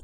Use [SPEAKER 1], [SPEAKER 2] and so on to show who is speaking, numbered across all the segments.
[SPEAKER 1] 第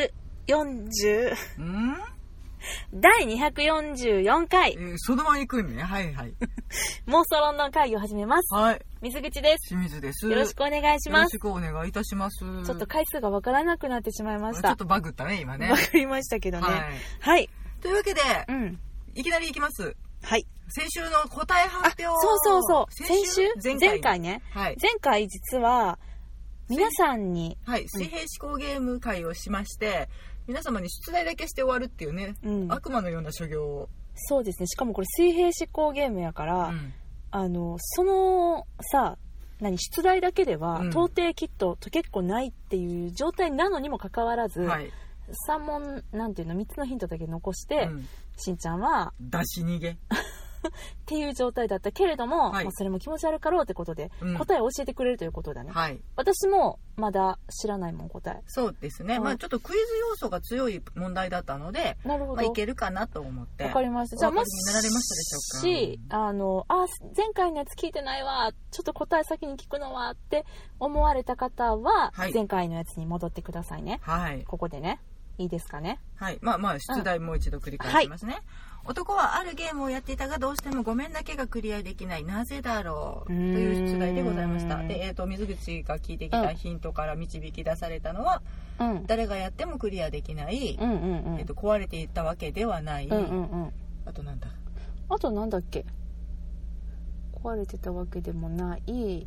[SPEAKER 1] 244回、
[SPEAKER 2] そのまま行くんね。はいはい。
[SPEAKER 1] 妄想論の会議を始めます。
[SPEAKER 2] はい。
[SPEAKER 1] 水口です。
[SPEAKER 2] 清水です。
[SPEAKER 1] よろしくお願いします。
[SPEAKER 2] よろしくお願いいたします。
[SPEAKER 1] ちょっと回数がわからなくなってしまいました。
[SPEAKER 2] ちょっとバグったね、今ね。
[SPEAKER 1] わかりましたけどね。
[SPEAKER 2] はい。
[SPEAKER 1] はい。
[SPEAKER 2] というわけで、いきなり行きます。
[SPEAKER 1] はい。
[SPEAKER 2] 先週の答え発表。
[SPEAKER 1] そう。前回ね。
[SPEAKER 2] はい。
[SPEAKER 1] 前回実は、皆さんに。
[SPEAKER 2] はい。水平思考ゲーム会をしまして、皆様に出題だけして終わるっていうね、悪魔のような所業を。
[SPEAKER 1] そうですね。しかもこれ水平思考ゲームやから、そのさ、出題だけでは、到底きっと解けっこないっていう状態なのにもかかわらず、3問3つのヒントだけ残して、しんちゃんは
[SPEAKER 2] 出し逃げ
[SPEAKER 1] っていう状態だったけれども、それも気持ち悪かろうってことで、答えを教えてくれるということだね。私もまだ知らないもん、答え。
[SPEAKER 2] そうですね。ちょっとクイズ要素が強い問題だったので、
[SPEAKER 1] なるほど。
[SPEAKER 2] いけるかなと思って。
[SPEAKER 1] わかりました。じゃあもし
[SPEAKER 2] なられましたでしょ
[SPEAKER 1] うか。前回のやつ聞いてないわ、ちょっと答え先に聞くのはって思われた方は、前回のやつに戻ってくださいね。ここでね。いいですかね。
[SPEAKER 2] はい。出題もう一度繰り返しますね。男はあるゲームをやっていたがどうしても5面だけがクリアできない。なぜだろうという出題でございました。で、水口が聞いてきたヒントから導き出されたのは、誰がやってもクリアできない、壊れていたわけではない、あとなんだっけ、壊れてたわけでもない、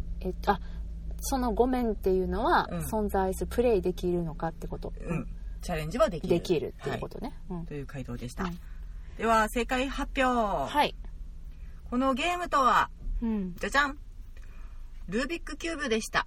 [SPEAKER 2] その5面っていうのは存在する、プレイできるのかってこと。 チャレンジはできる
[SPEAKER 1] っていうことね、
[SPEAKER 2] という回答でした。では正解発表。
[SPEAKER 1] はい。
[SPEAKER 2] このゲームとは、じゃじゃん、ルービックキューブでした。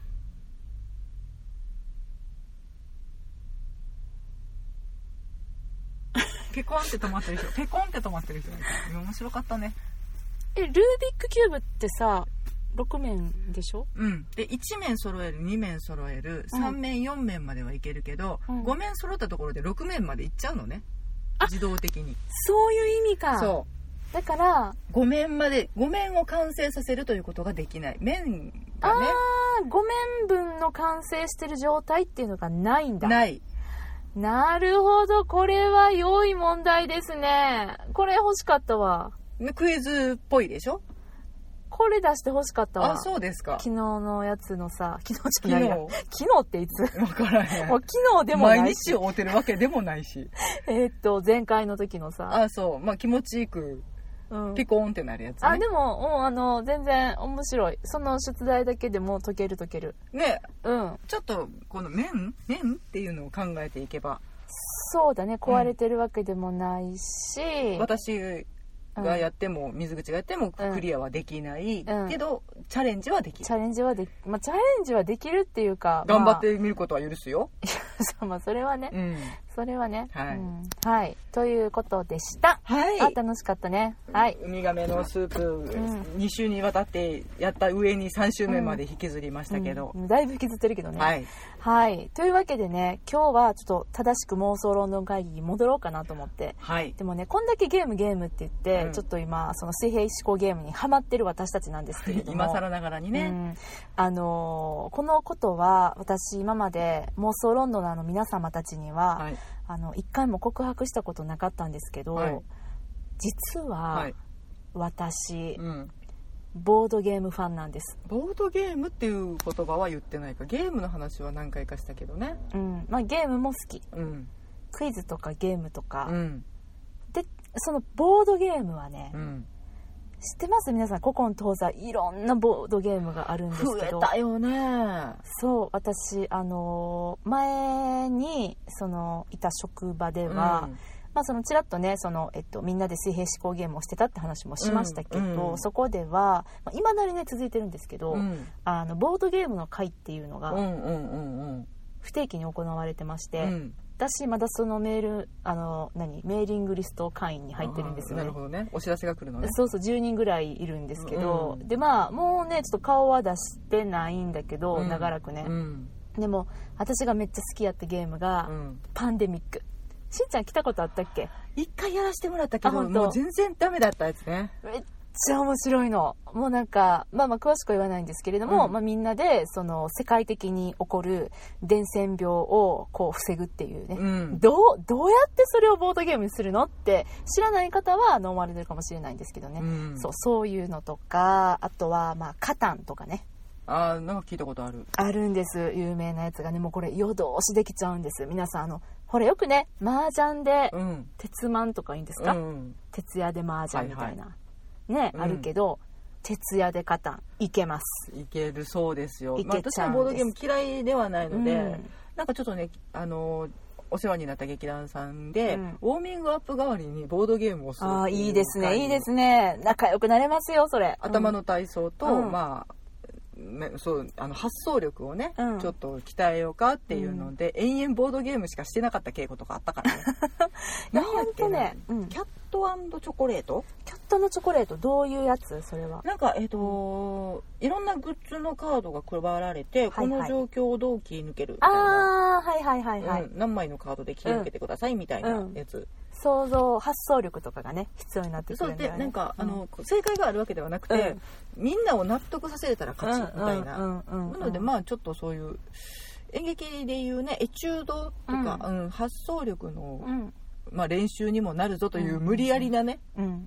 [SPEAKER 2] ペコンって止まってる人面白かったね。
[SPEAKER 1] ルービックキューブってさ、6面でしょ。
[SPEAKER 2] で1面揃える、2面揃える、3面4面まではいけるけど、5面揃ったところで6面までいっちゃうのね、自動的に。
[SPEAKER 1] そういう意味か。
[SPEAKER 2] そう
[SPEAKER 1] だから
[SPEAKER 2] 5面を完成させるということができない。面がね、
[SPEAKER 1] 5面分の完成してる状態っていうのがないんだ。
[SPEAKER 2] ない。
[SPEAKER 1] なるほど、これは良い問題ですね。これ欲しかったわ。
[SPEAKER 2] クイズっぽいでしょ。
[SPEAKER 1] これ出して欲しかったわ。
[SPEAKER 2] あ、そうですか。
[SPEAKER 1] 昨日のやつのさ、昨日じゃないや。昨日っていつ？
[SPEAKER 2] わからへん。
[SPEAKER 1] もう昨日でもないし。
[SPEAKER 2] 毎日会うてるわけでもないし。
[SPEAKER 1] 前回の時のさ。
[SPEAKER 2] あ、そう。気持ちいく、ピコーンってなるやつね。
[SPEAKER 1] でも、全然面白い。その出題だけでも解ける。
[SPEAKER 2] ね。ちょっと、この面っていうのを考えていけば。
[SPEAKER 1] そうだね。壊れてるわけでもないし。
[SPEAKER 2] 私がやっても、水口がやってもクリアはできない、けどチャレンジはできる。
[SPEAKER 1] チャレンジはできるっていうか、
[SPEAKER 2] 頑張ってみることは許すよ。
[SPEAKER 1] それはね、はい、ということでした。楽しかったね。
[SPEAKER 2] ウミガメのスープ、2週にわたってやった上に3週目まで引きずりましたけど、
[SPEAKER 1] だいぶ引きずってるけどね。というわけでね、今日はちょっと正しく妄想論開議に戻ろうかなと思って。でもね、こんだけゲームって言って、ちょっと今その水平思考ゲームにハマってる私たちなんですけれども、
[SPEAKER 2] 今更ながらにね、
[SPEAKER 1] このことは私今まで妄想ロンドナーの皆様たちには、一回も告白したことなかったんですけど、実は、私、ボードゲームファンなんです。
[SPEAKER 2] ボードゲームっていう言葉は言ってないか。ゲームの話は何回かしたけどね。
[SPEAKER 1] ゲームも好き。クイズとかゲームとか。で、そのボードゲームはね、知ってます？皆さん、古今東西いろんなボードゲームがあるんですけど。
[SPEAKER 2] 増えたよね。
[SPEAKER 1] そう、私前にいた職場では、ちらっとねみんなで水平思考ゲームをしてたって話もしましたけど、そこでは未だにね続いてるんですけど、ボードゲームの会っていうのが不定期に行われてまして、私まだそのメーリングリスト会員に入ってるんですよね。
[SPEAKER 2] なるほどね。お知らせが来るのね。
[SPEAKER 1] そう、10人ぐらいいるんですけど、でもうねちょっと顔は出してないんだけど、長らくね、でも私がめっちゃ好きやったゲームが、パンデミック。しんちゃん来たことあったっけ？
[SPEAKER 2] 一回やらせてもらったけど、もう全然ダメだったやつね。
[SPEAKER 1] めっちゃ面白いの。もうなんか、まあ詳しくは言わないんですけれども、みんなでその世界的に起こる伝染病をこう防ぐっていうね、どうやってそれをボードゲームにするのって知らない方は思われてるかもしれないんですけどね、そういうのとか、あとはまあカタンとかね。
[SPEAKER 2] なんか聞いたことあ
[SPEAKER 1] るんです。有名なやつがね、もうこれ夜通しできちゃうんです。皆さんほらよくね、麻雀で鉄マンとかいいんですか、徹夜で麻雀みたいな、ね、あるけど、徹夜でカタンいけます。
[SPEAKER 2] いけるそうですよ。私はボードゲーム嫌いではないので、なんかちょっとね、お世話になった劇団さんで、ウォーミングアップ代わりにボードゲームをする。
[SPEAKER 1] いいですね、いいですね。仲良くなれますよ、それ。
[SPEAKER 2] 頭の体操と、まあそう発想力をね、ちょっと鍛えようかっていうので、延々ボードゲームしかしてなかった稽古とかあったからね。
[SPEAKER 1] なんやっけね、
[SPEAKER 2] キャット&チョコレート。
[SPEAKER 1] キャットのチョコレート、どういうやつそれは。
[SPEAKER 2] なんかいろんなグッズのカードが配られて、この状況をどう切り抜けるみたいな。何枚のカードで切り抜けてくださいみたいなやつ。
[SPEAKER 1] 発想力とかがね必要になってくるんだよね。
[SPEAKER 2] なんか正解があるわけではなくて、みんなを納得させれたら勝ちみたいな。なのでまあちょっとそういう演劇でいうね、エチュードとか、発想力の、まあ、練習にもなるぞという無理やりなね、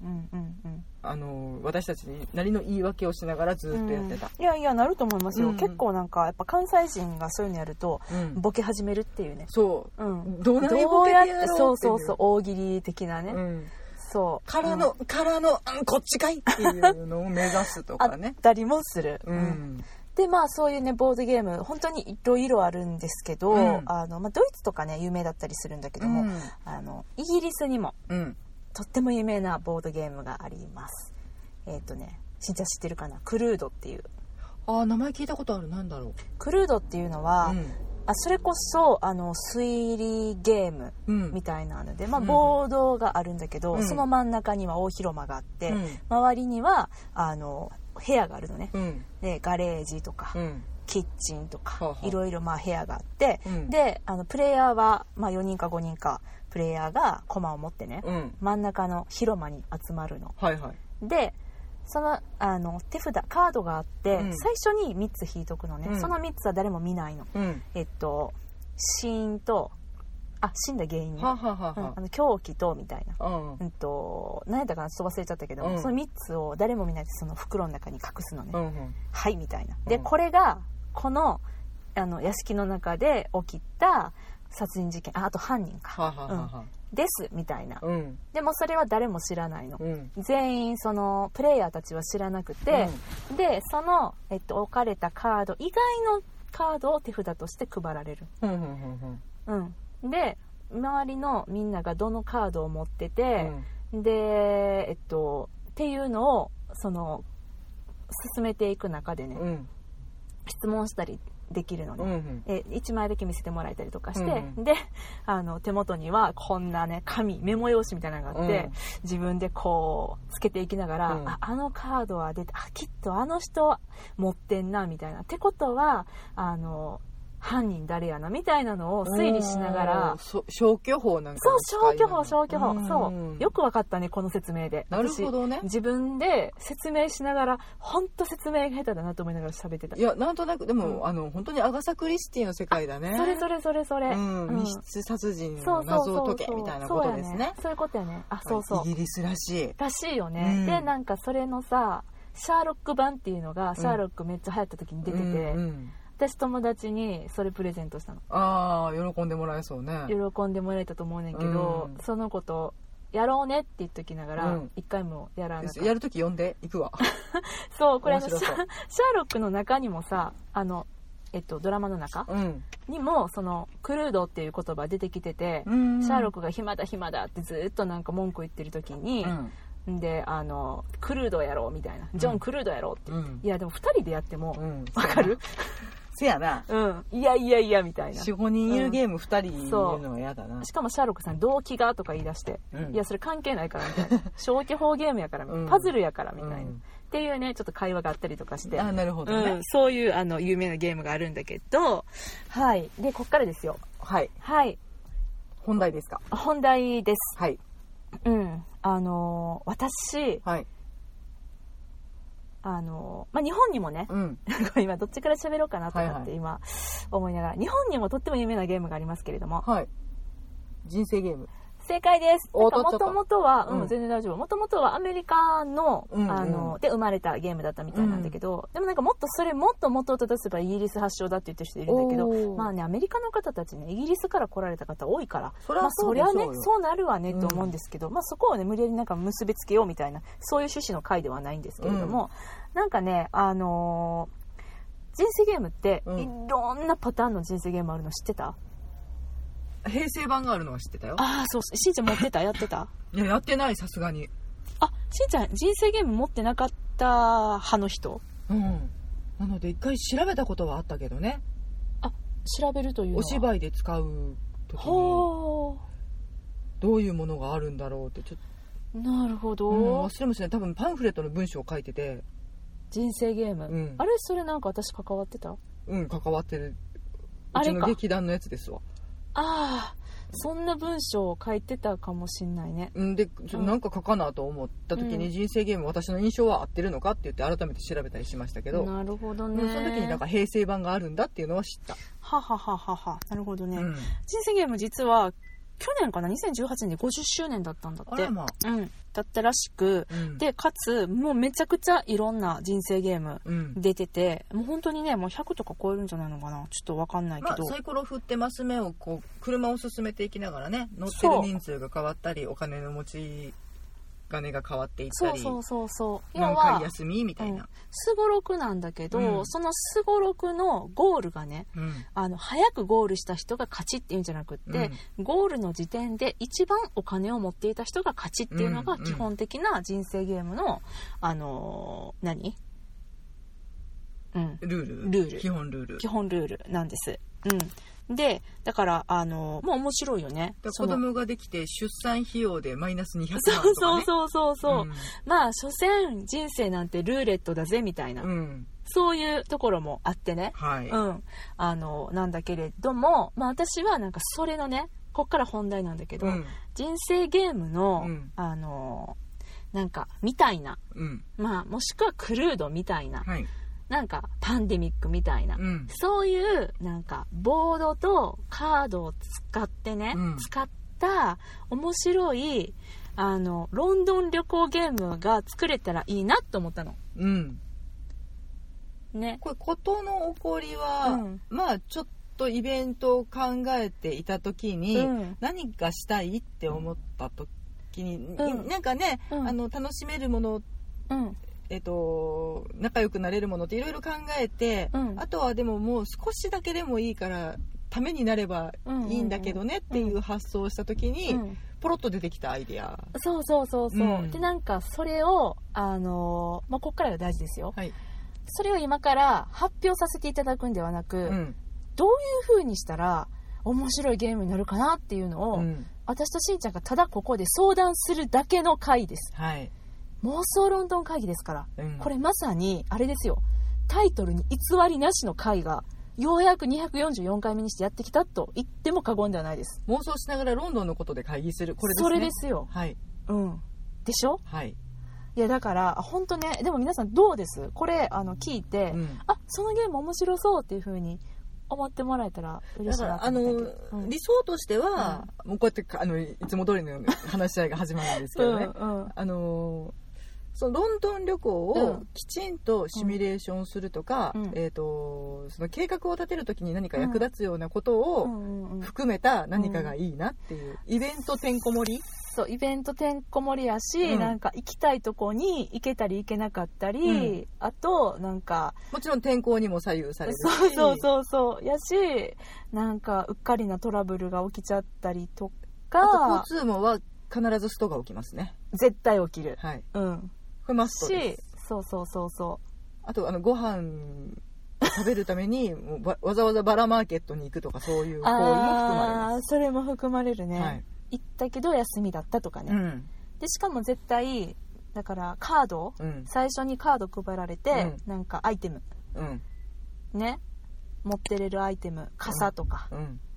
[SPEAKER 2] 私たちなりの言い訳をしながらずっとやってた。
[SPEAKER 1] いやなると思いますよ。結構なんかやっぱ関西人がそういうのやると、ボケ始めるっていうね。
[SPEAKER 2] そう、
[SPEAKER 1] どうやってそう大喜利的なね、そう
[SPEAKER 2] からのこっちかいっていうのを目指すとかね
[SPEAKER 1] あったりもする。でまあそういうねボードゲーム本当にいろいろあるんですけど、ドイツとかね有名だったりするんだけども、イギリスにも、とっても有名なボードゲームがあります。しんちゃん知ってるかな、クルードっていう。
[SPEAKER 2] 名前聞いたことある。なんだろう。
[SPEAKER 1] クルードっていうのは、それこそ推理ゲームみたいなので、ボードがあるんだけど、その真ん中には大広間があって、周りには部屋があるのね、でガレージとか、キッチンとかいろいろ部屋があって、でプレイヤーは、4人か5人かプレイヤーがコマを持ってね、真ん中の広間に集まるの、でその手札カードがあって、最初に3つ引いとくのね、その3つは誰も見ないの、死因と死んだ原因ね、凶器とみたいな、何やったかなちょっと忘れちゃったけど、その3つを誰も見ないでその袋の中に隠すのね、はいみたいな。でこれがこの屋敷の中で起きた殺人事件、あと犯人か、ですみたいな、でもそれは誰も知らないの、全員そのプレイヤーたちは知らなくて、でその、置かれたカード以外のカードを手札として配られる、で周りのみんながどのカードを持ってて、でっていうのをその進めていく中でね、質問したりできるのね、1枚だけ見せてもらえたりとかして、で手元にはこんなねメモ用紙みたいなのがあって、自分でこうつけていきながら、あのカードは出て、きっとあの人持ってんなみたいな、ってことは犯人誰やなみたいなのを推理しながら、
[SPEAKER 2] 消去法なんか
[SPEAKER 1] 消去法そうよく分かったねこの説明で。
[SPEAKER 2] なるほどね。
[SPEAKER 1] 自分で説明しながら本当説明が下手だなと思いながら喋ってた。
[SPEAKER 2] いやなんとなくでも、本当にアガサ・クリスティの世界だね。
[SPEAKER 1] それ、
[SPEAKER 2] 密室殺人の謎を解けみたいなことですね。
[SPEAKER 1] そういうことやね。
[SPEAKER 2] イギリスらしい
[SPEAKER 1] よね、でなんかそれのさシャーロック版っていうのが、シャーロックめっちゃ流行った時に出てて、私友達にそれプレゼントしたの。
[SPEAKER 2] 喜んでもらえそうね。
[SPEAKER 1] 喜んでもらえたと思うねんけど、その子とやろうねって言っときながら、一回もやらなかった。
[SPEAKER 2] やるとき呼んでいくわ。
[SPEAKER 1] そうこれシャーロックの中にもさドラマの中、にもそのクルードっていう言葉出てきてて、シャーロックが暇だってずっとなんか文句言ってる時に、でクルードやろうみたいな、ジョンクルードやろうって言って、いやでも2人でやってもわかる、
[SPEAKER 2] せやな、
[SPEAKER 1] いやみたいな
[SPEAKER 2] 4,5 人いるゲーム2人いるのは嫌だな、
[SPEAKER 1] しかもシャーロックさん動機がとか言い出して、いやそれ関係ないからみたいな消去法ゲームやから、パズルやからみたいな、っていうねちょっと会話があったりとかして、
[SPEAKER 2] なるほどね、
[SPEAKER 1] そういう有名なゲームがあるんだけど、はいでこっからですよ。はい
[SPEAKER 2] 本題ですか。
[SPEAKER 1] 本題です。
[SPEAKER 2] はい。
[SPEAKER 1] 私、 日本にもね、今どっちから喋ろうかなと思って今思いながら、日本にもとっても有名なゲームがありますけれども、
[SPEAKER 2] はい、人生ゲーム。
[SPEAKER 1] 正解です。も
[SPEAKER 2] 当たっちゃった。
[SPEAKER 1] ともとは、全然大丈夫。もともとはアメリカの、で生まれたゲームだったみたいなんだけど、でもなんかもっと元を正せばイギリス発祥だって言ってる人いるんだけど、まあね、アメリカの方たちね、イギリスから来られた方多いから、そりゃね、そうなるわねと思うんですけど、そこをね、無理やりなんか結びつけようみたいな、そういう趣旨の回ではないんですけれども、なんかね、人生ゲームって、いろんなパターンの人生ゲームあるの知ってた？
[SPEAKER 2] 平成版があるのは知ってたよ。
[SPEAKER 1] ああ、そう。しんちゃん持ってた？やってた？
[SPEAKER 2] いや、やってない、さすがに。
[SPEAKER 1] あ、しんちゃん人生ゲーム持ってなかった派の人？
[SPEAKER 2] なので一回調べたことはあったけどね。
[SPEAKER 1] あ、調べるというのはお
[SPEAKER 2] 芝居で使う時にどういうものがあるんだろうってちょっと。
[SPEAKER 1] なるほど。
[SPEAKER 2] 忘れもしない。多分パンフレットの文章を書いてて。
[SPEAKER 1] 人生ゲーム。あれそれなんか私関わってた？
[SPEAKER 2] 関わってる。うちの劇団のやつですわ。
[SPEAKER 1] ああ、そんな文章を書いてたかもしんないね。
[SPEAKER 2] で、なんか書かなと思った時に、人生ゲーム私の印象は合ってるのかって言って改めて調べたりしましたけど。
[SPEAKER 1] なるほどね。
[SPEAKER 2] その時になんか平成版があるんだっていうのは知った。
[SPEAKER 1] ははははは。なるほどね。人生ゲーム実は去年かな、2018年で50周年だったんだって。だったらしく、でかつもうめちゃくちゃいろんな人生ゲーム出てて、もう本当にね、もう100とか超えるんじゃないのかな、ちょっと分かんないけど、
[SPEAKER 2] サイコロ振ってマス目をこう車を進めていきながらね、乗ってる人数が変わったり、お金の持ち金が変わっていったり、何回休みみたいな
[SPEAKER 1] すごろくなんだけど、そのすごろくのゴールがね、早くゴールした人が勝ちっていうんじゃなくって、ゴールの時点で一番お金を持っていた人が勝ちっていうのが基本的な人生ゲームのルール、基本ルールなんです。でだからもう面白いよね。
[SPEAKER 2] 子供ができて出産費用でマイナス200万とかね。
[SPEAKER 1] そう、まあ所詮人生なんてルーレットだぜみたいな、そういうところもあってね、なんだけれども、私はなんかそれのね、こっから本題なんだけど、人生ゲームの、なんかみたいな、もしくはクルードみたいな、なんかパンデミックみたいな、そういうなんかボードとカードを使ってね、使った面白いロンドン旅行ゲームが作れたらいいなと思ったの。ね、
[SPEAKER 2] これ事の起こりは、ちょっとイベントを考えていた時に、何かしたいって思った時に、なんかね、楽しめるもの、仲良くなれるものっていろいろ考えて、あとはでももう少しだけでもいいからためになればいいんだけどねっていう発想をした時に、ポロッと出てきたアイデア。
[SPEAKER 1] でなんかそれをこっからが大事ですよ、それを今から発表させていただくんではなく、どういう風にしたら面白いゲームになるかなっていうのを、私としんちゃんがただここで相談するだけの回です。妄想ロンドン会議ですから、これまさにあれですよ、タイトルに偽りなしの会がようやく244回目にしてやってきたと言っても過言ではないです。
[SPEAKER 2] 妄想しながらロンドンのことで会議する、これですね。
[SPEAKER 1] それですよ。でしょ。いやだから本当ね、でも皆さんどうです、これ聞いて、そのゲーム面白そうっていう風に思ってもらえたら嬉しいなと思って。
[SPEAKER 2] 理想としては、もうこうやっていつも通りの話し合いが始まるんですけどね、そのロンドン旅行をきちんとシミュレーションするとか、その計画を立てるときに何か役立つようなことを含めた何かがいいなっていう、イベントてんこ盛り。
[SPEAKER 1] イベントてんこ盛りやし、なんか行きたいとこに行けたり行けなかったり、あとなんか
[SPEAKER 2] もちろん天候にも左右されるし、
[SPEAKER 1] やし、なんかうっかりなトラブルが起きちゃったりとか、
[SPEAKER 2] あと交通網は必ずストが起きますね。
[SPEAKER 1] 絶対起きる。
[SPEAKER 2] これマストです。あとご飯食べるためにわざわざバラマーケットに行くとか、そういう行為も含まれます。
[SPEAKER 1] それも含まれるね。行ったけど休みだったとかね。でしかも絶対だからカード、最初にカード配られて、なんかアイテム、ね、持ってれるアイテム、傘とか、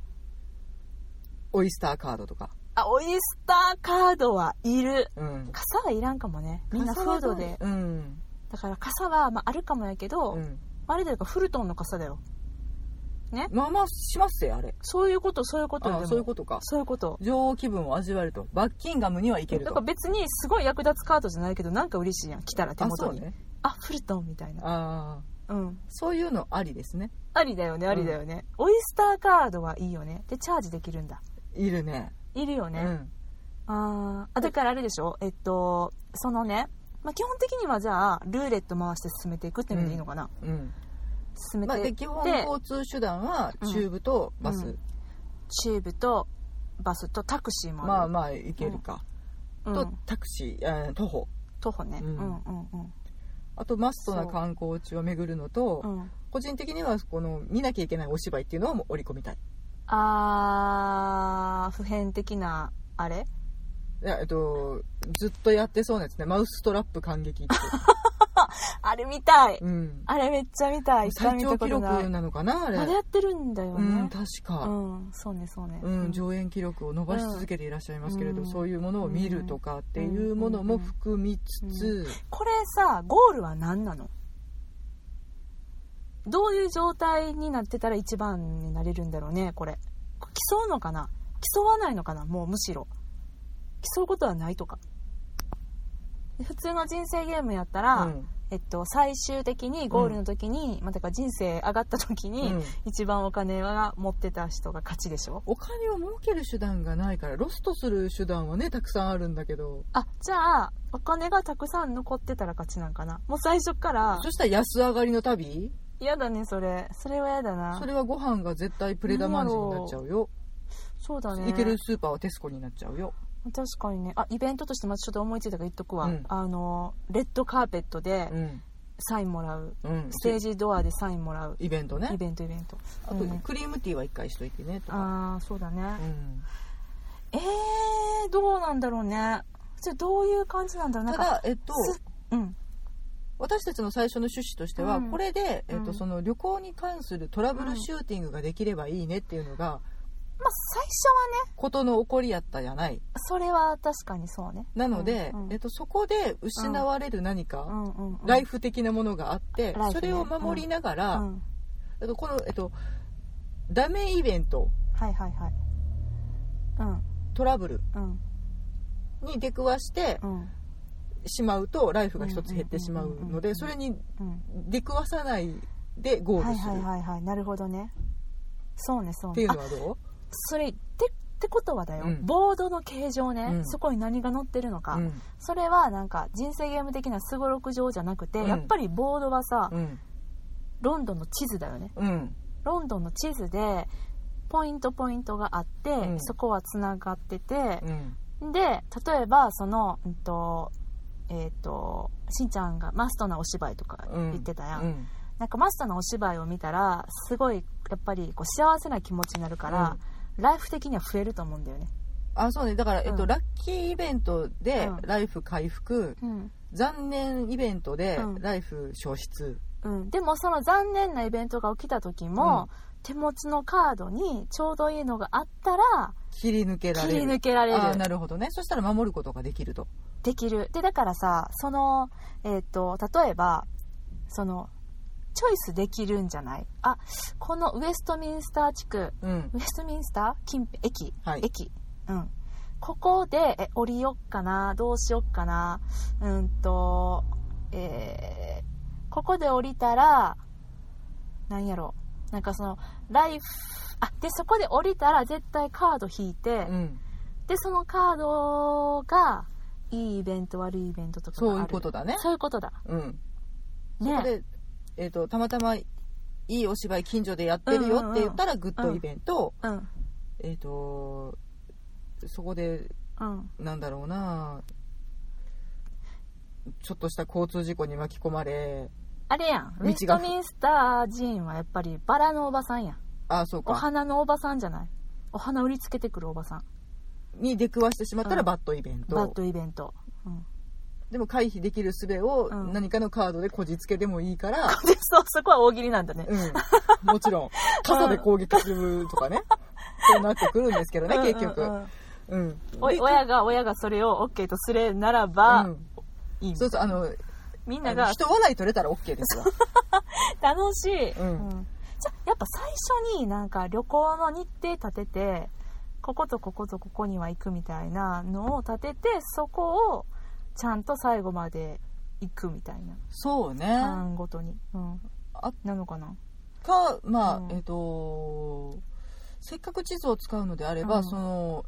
[SPEAKER 2] オイスターカードとか。
[SPEAKER 1] オイスターカードはいる、傘はいらんかもね。みんなフードで、 だから傘は、まあ、あるかもやけど、あれだよ、フルトンの傘だよね。
[SPEAKER 2] まあまあしますよあれ。
[SPEAKER 1] そういうことよ。でも
[SPEAKER 2] そういうことか。
[SPEAKER 1] そういうこと。
[SPEAKER 2] 女王気分を味わえると。バッキンガムにはいけると。
[SPEAKER 1] だから別にすごい役立つカードじゃないけど、なんか嬉しいやん、来たら手元に。
[SPEAKER 2] そうね。
[SPEAKER 1] フルトンみたいな。
[SPEAKER 2] そういうのありですね。
[SPEAKER 1] ありだよね。オイスターカードはいいよね。でチャージできるんだ。
[SPEAKER 2] いるね。
[SPEAKER 1] いるよね。だからあれでしょ。そのね、まあ、基本的にはじゃあルーレット回して進めていくっていうのでいいのかな。進めて、
[SPEAKER 2] で基本交通手段はチューブとバス、
[SPEAKER 1] チューブとバスとタクシーもある。
[SPEAKER 2] まあまあ行けるか、とタクシー、徒歩ね、あとマストな観光地を巡るのと、個人的にはこの見なきゃいけないお芝居っていうのを織り込みたい。
[SPEAKER 1] 普遍的なあれ、
[SPEAKER 2] いやずっとやってそうなやつね、マウストラップ感激って
[SPEAKER 1] あれ見たい、あれめっちゃ見たい。
[SPEAKER 2] 最長記録なのかなあれ。
[SPEAKER 1] まだやってるんだよね、
[SPEAKER 2] 確か、
[SPEAKER 1] そうね、
[SPEAKER 2] 上演記録を伸ばし続けていらっしゃいますけれど、そういうものを見るとかっていうものも含みつつ、
[SPEAKER 1] これさ、ゴールは何なの？どういう状態になってたら一番になれるんだろうね。これ競うのかな、競わないのかな。もうむしろ競うことはないとか。普通の人生ゲームやったら、最終的にゴールの時に、だから人生上がった時に、一番お金は持ってた人が勝ちでしょ。
[SPEAKER 2] お金を儲ける手段がないからロストする手段はねたくさんあるんだけど、
[SPEAKER 1] じゃあお金がたくさん残ってたら勝ちなんかな。もう最初から。
[SPEAKER 2] そしたら安上がりの旅。
[SPEAKER 1] 嫌だね、それは嫌だな。
[SPEAKER 2] それはご飯が絶対プレダマンジになっちゃうよ。
[SPEAKER 1] そうだね。
[SPEAKER 2] 行けるスーパーはテスコになっちゃうよ。
[SPEAKER 1] 確かにね。イベントとしてまずちょっと思いついたから言っとくわ、レッドカーペットでサインもらう、ステージドアでサインもらう
[SPEAKER 2] イベントね。
[SPEAKER 1] イベント
[SPEAKER 2] あと、クリームティーは1回しといてねとか。
[SPEAKER 1] そうだね、どうなんだろうね。それどういう感じなんだろう。なんか
[SPEAKER 2] ただ私たちの最初の趣旨としては、これで、その旅行に関するトラブルシューティングができればいいねっていうのが、
[SPEAKER 1] 最初はね、
[SPEAKER 2] ことの起こりやったじゃない。
[SPEAKER 1] それは確かにそうね。
[SPEAKER 2] なので、そこで失われる何か、ライフ的なものがあって、それを守りながら、この、ダメイベント、トラブルに出くわしてしまうとライフが一つ減ってしまうので、それに出くわさないでゴールする。
[SPEAKER 1] なるほどね。そうね。
[SPEAKER 2] っていうのはどう？
[SPEAKER 1] それってことはだよ、ボードの形状ね、そこに何が載ってるのか、それはなんか人生ゲーム的なすごろく状じゃなくて、やっぱりボードはさ、ロンドンの地図だよね、ロンドンの地図でポイントがあって、そこはつながってて、で例えばそのしんちゃんがマストなお芝居とか言ってたやん、なんかマストなお芝居を見たらすごいやっぱりこう幸せな気持ちになるから、ライフ的には増えると思うんだよね。
[SPEAKER 2] そうね。だから、ラッキーイベントでライフ回復、残念イベントでライフ消失、
[SPEAKER 1] でもその残念なイベントが起きた時も、手持ちのカードにちょうどいいのがあったら
[SPEAKER 2] 切り抜けられる。なるほどね。そしたら守ることができると。
[SPEAKER 1] できる。でだからさ、その例えばそのチョイスできるんじゃない？このウエストミンスター地区、ウエストミンスター近辺駅、ここで降りよっかな、どうしよっかな、ここで降りたらなんやろ、なんかそのライフでそこで降りたら絶対カード引いて、でそのカードがいいイベント悪いイベントとかがある。
[SPEAKER 2] そういうことだね。
[SPEAKER 1] そういうことだ。
[SPEAKER 2] そこでたまたまいいお芝居近所でやってるよって言ったらグッドイベント、そこで、なんだろうな、ちょっとした交通事故に巻き込まれ、
[SPEAKER 1] あれやん、ウェストミンスター寺院はやっぱりバラのおばさんやん。
[SPEAKER 2] そうか。
[SPEAKER 1] お花のおばさんじゃない。お花売りつけてくるおばさん
[SPEAKER 2] に出くわしてしまったらバッドイベント、でも回避できる術を何かのカードでこじつけでもいいから、
[SPEAKER 1] そこは大喜利なんだね、
[SPEAKER 2] もちろん傘で攻撃するとかねそうなってくるんですけどね、結局、
[SPEAKER 1] 親がそれを OK とするならば、いい。
[SPEAKER 2] そう
[SPEAKER 1] みんなが
[SPEAKER 2] 人笑い取れたら OK ですわ
[SPEAKER 1] 楽しい、
[SPEAKER 2] うん
[SPEAKER 1] うん、じゃやっぱ最初になんか旅行の日程立ててこことこことここには行くみたいなのを立ててそこをちゃんと最後まで行くみたいな
[SPEAKER 2] そうね
[SPEAKER 1] 班ごとに、うん、なのかな
[SPEAKER 2] かまあ、
[SPEAKER 1] うん
[SPEAKER 2] せっかく地図を使うのであれば、
[SPEAKER 1] うん
[SPEAKER 2] その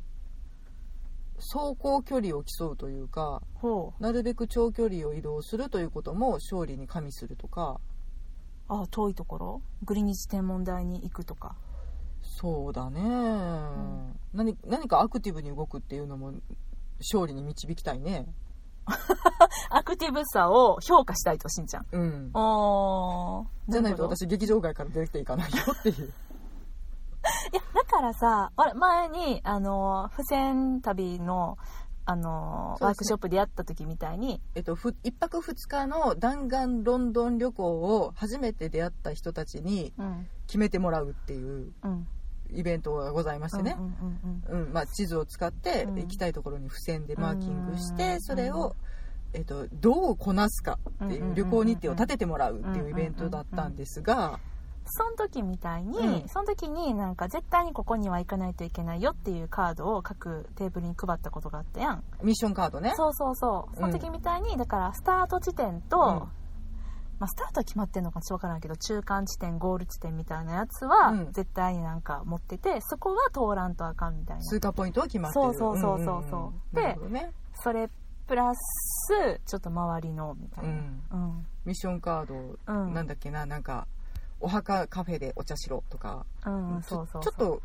[SPEAKER 2] 走行距離を競うというかなるべく長距離を移動するということも勝利に加味するとか
[SPEAKER 1] 遠いところグリニッジ天文台に行くとか
[SPEAKER 2] そうだね、何かアクティブに動くっていうのも勝利に導きたいね
[SPEAKER 1] アクティブさを評価したいとしんちゃん
[SPEAKER 2] じゃないと私劇場外から出ていかないよっていう
[SPEAKER 1] いやだからさ前に付箋旅のワークショップでやった時みたいに、
[SPEAKER 2] 1泊2日の弾丸ロンドン旅行を初めて出会った人たちに決めてもらうっていうイベントがございましてね、地図を使って行きたいところに付箋でマーキングしてそれを、どうこなすかっていう旅行日程を立ててもらうっていうイベントだったんですが、
[SPEAKER 1] その時みたいに、その時になんか絶対にここには行かないといけないよっていうカードを各テーブルに配ったことがあったやん。
[SPEAKER 2] ミッションカードね。
[SPEAKER 1] そうその時みたいにだからスタート地点と、スタートは決まってんのかちょっと分からないけど中間地点ゴール地点みたいなやつは絶対になんか持ってて、そこは通らんとあかんみたいな
[SPEAKER 2] 通過ポイントは決まってる。
[SPEAKER 1] そうで、
[SPEAKER 2] ね、
[SPEAKER 1] それプラスちょっと周りのみたいな、
[SPEAKER 2] ミッションカード、なんだっけな、なんかお墓カフェでお茶しろとか、ちょっと、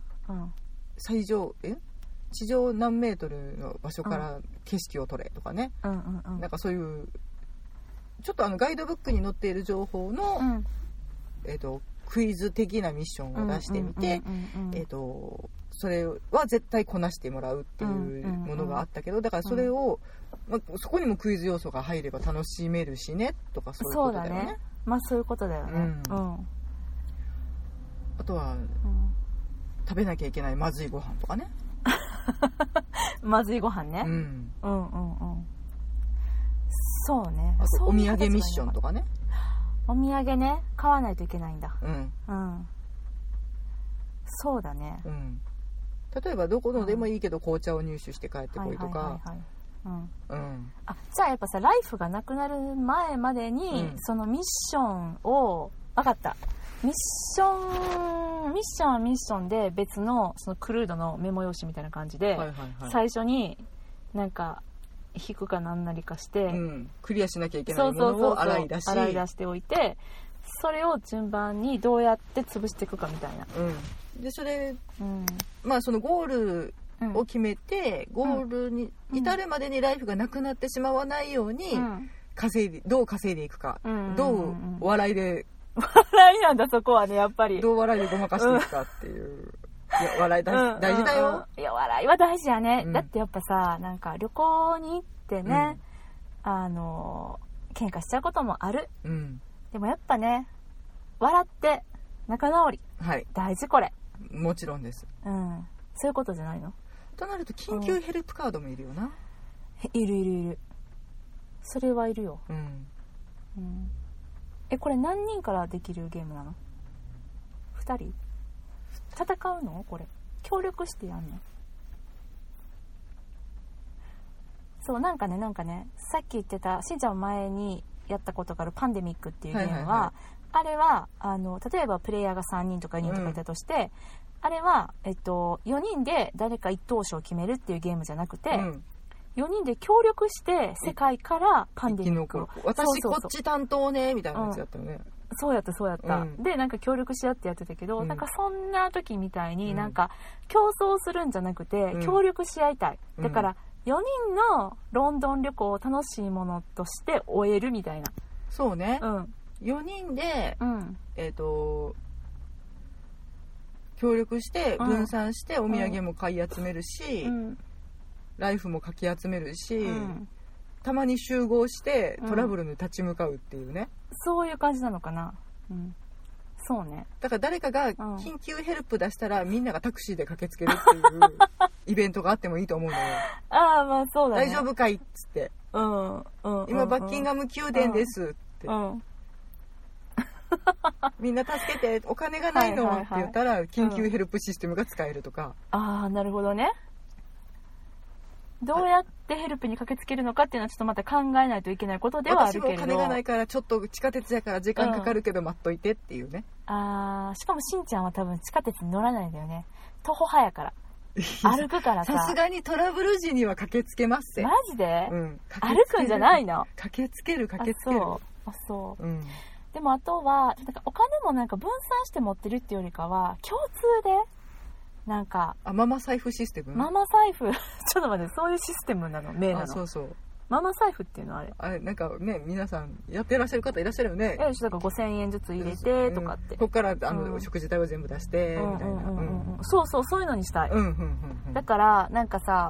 [SPEAKER 2] 地上何メートルの場所から景色を撮れとかね、なんかそういうちょっとガイドブックに載っている情報の、クイズ的なミッションを出してみて、それは絶対こなしてもらうっていうものがあったけど、だからそれを、そこにもクイズ要素が入れば楽しめるしねとかそういうことだよね。
[SPEAKER 1] そういうことだよね。
[SPEAKER 2] あとは、食べなきゃいけないまずいご飯とかね
[SPEAKER 1] まずいご飯ね。そうね。
[SPEAKER 2] あとお土産ミッションとかね。
[SPEAKER 1] お土産ね、買わないといけないんだ。そうだね。
[SPEAKER 2] 例えばどこのでもいいけど紅茶を入手して帰ってこいとか。
[SPEAKER 1] じゃあやっぱさライフがなくなる前までに、そのミッションを分かった。ミッションで別のそのクルードのメモ用紙みたいな感じで、最初になんか引くかなんなりかして、
[SPEAKER 2] クリアしなきゃいけないものを洗い出
[SPEAKER 1] しておいて、それを順番にどうやって潰していくかみたいな。
[SPEAKER 2] でそれ、そのゴールを決めて、ゴールに至るまでにライフがなくなってしまわないように、どう稼いでいくか、どうお笑いで
[SPEAKER 1] 笑いなんだそこはね、やっぱり
[SPEAKER 2] どう笑いでごまかしていくかっていう、いや笑い大事だよ。
[SPEAKER 1] いや笑いは大事やね、だってやっぱさなんか旅行に行ってね、喧嘩しちゃうこともある、でもやっぱね笑って仲直り、大事これ。
[SPEAKER 2] もちろんです、
[SPEAKER 1] そういうことじゃないの
[SPEAKER 2] となると緊急ヘルプカードもいるよな。
[SPEAKER 1] いるそれはいるよ。これ何人からできるゲームなの？2人戦うの？これ協力してやんの？そうなんかねさっき言ってたしんちゃん前にやったことがあるパンデミックっていうゲームは、あれは例えばプレイヤーが3人とか4人とかいたとして、あれは、4人で誰か一等賞を決めるっていうゲームじゃなくて、4人で協力して世界からパンデミックを、
[SPEAKER 2] 私こっち担当ねみたいなやつやったよね。
[SPEAKER 1] そうやった、でなんか協力し合ってやってたけど、なんかそんな時みたいになんか競争するんじゃなくて、協力し合いたい。だから4人のロンドン旅行を楽しいものとして終えるみたいな。
[SPEAKER 2] そうね、4人で、協力して分散してお土産も買い集めるし、ライフもかき集めるし、たまに集合してトラブルに立ち向かうっていうね、
[SPEAKER 1] そういう感じなのかな。そうね。
[SPEAKER 2] だから誰かが緊急ヘルプ出したら、みんながタクシーで駆けつけるっていうイベントがあってもいいと思うのよ。
[SPEAKER 1] そうだね。
[SPEAKER 2] 大丈夫かいっつって
[SPEAKER 1] うんうん、
[SPEAKER 2] 今バッキンガム宮殿ですって、みんな助けてお金がないの、って言ったら緊急ヘルプシステムが使えるとか、
[SPEAKER 1] ああなるほどね。どうやってヘルプに駆けつけるのかっていうのはちょっとまた考えないといけないことではあるけれど、
[SPEAKER 2] 私もお金がないからちょっと地下鉄やから時間かかるけど待っといてっていうね、
[SPEAKER 1] しかもしんちゃんは多分地下鉄に乗らないんだよね。徒歩派やから歩くから
[SPEAKER 2] さすがにトラブル時には駆けつけます。
[SPEAKER 1] マジで、
[SPEAKER 2] 歩
[SPEAKER 1] くんじゃないの。
[SPEAKER 2] 駆けつける。
[SPEAKER 1] そう、でもあとはなんかお金もなんか分散して持ってるっていうよりかは共通でなんか
[SPEAKER 2] ママ財布システム。
[SPEAKER 1] ママ財布ちょっと待って、そういうシステムなの、名なの。
[SPEAKER 2] そう
[SPEAKER 1] ママ財布っていうのは
[SPEAKER 2] あれなんかね、皆さんやってらっしゃる方いらっしゃるよね。
[SPEAKER 1] だから5000円ずつ入れてとかって、
[SPEAKER 2] ここから食事代を全部出してみたいな、
[SPEAKER 1] そういうのにしたい、だからなんかさ